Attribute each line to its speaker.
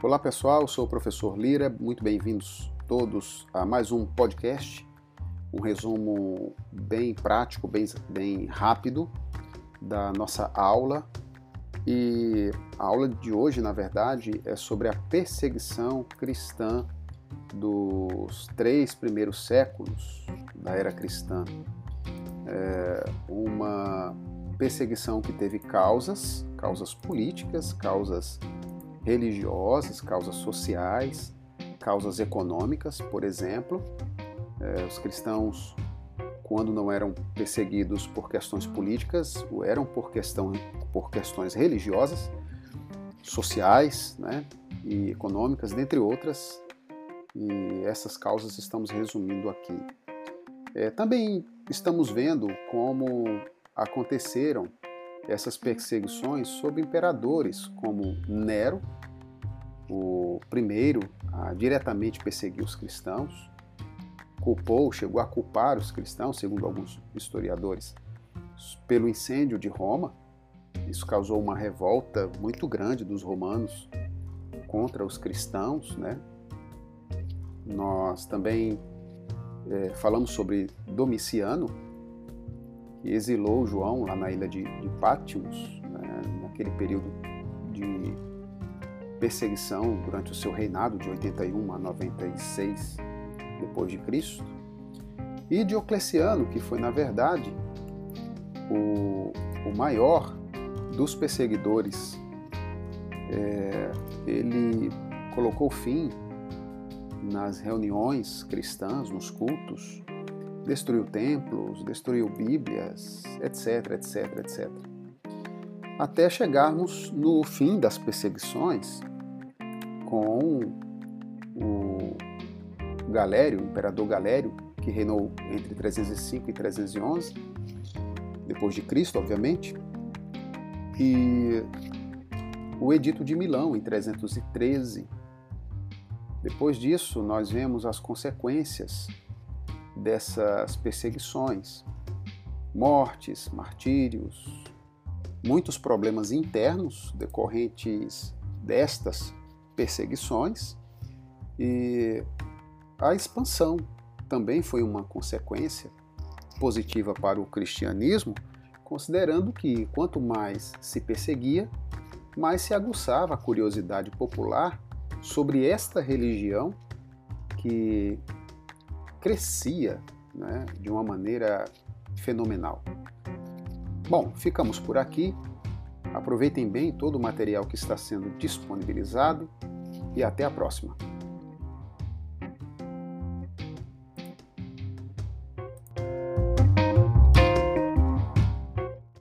Speaker 1: Olá pessoal, eu sou o professor Lira, muito bem-vindos todos a mais um podcast, um resumo bem prático, bem rápido da nossa aula. E a aula de hoje, na verdade, é sobre a perseguição cristã dos 3 primeiros séculos da era cristã. Uma perseguição que teve causas políticas, causas religiosas, causas sociais, causas econômicas, por exemplo. Os cristãos, quando não eram perseguidos por questões políticas, o eram por questões religiosas, sociais, né, e econômicas, dentre outras, e essas causas estamos resumindo aqui. Também estamos vendo como aconteceram essas perseguições sobre imperadores como Nero, o primeiro a diretamente perseguir os cristãos, chegou a culpar os cristãos, segundo alguns historiadores, pelo incêndio de Roma. Isso causou uma revolta muito grande dos romanos contra os cristãos, né? Nós também falamos sobre Domiciano, que exilou João lá na ilha de Patmos, né, naquele período de perseguição durante o seu reinado de 81 a 96 depois de Cristo. E Diocleciano, que foi, na verdade, o maior dos perseguidores. Ele colocou fim nas reuniões cristãs, nos cultos, destruiu templos, destruiu bíblias, etc, etc, etc. Até chegarmos no fim das perseguições com o Galério, o imperador Galério, que reinou entre 305 e 311, depois de Cristo, obviamente, e o Edito de Milão, em 313. Depois disso, nós vemos as consequências dessas perseguições, mortes, martírios, muitos problemas internos decorrentes destas perseguições, e a expansão também foi uma consequência positiva para o cristianismo, considerando que quanto mais se perseguia, mais se aguçava a curiosidade popular sobre esta religião que crescia, né, de uma maneira fenomenal. Bom, ficamos por aqui. Aproveitem bem todo o material que está sendo disponibilizado e até a próxima.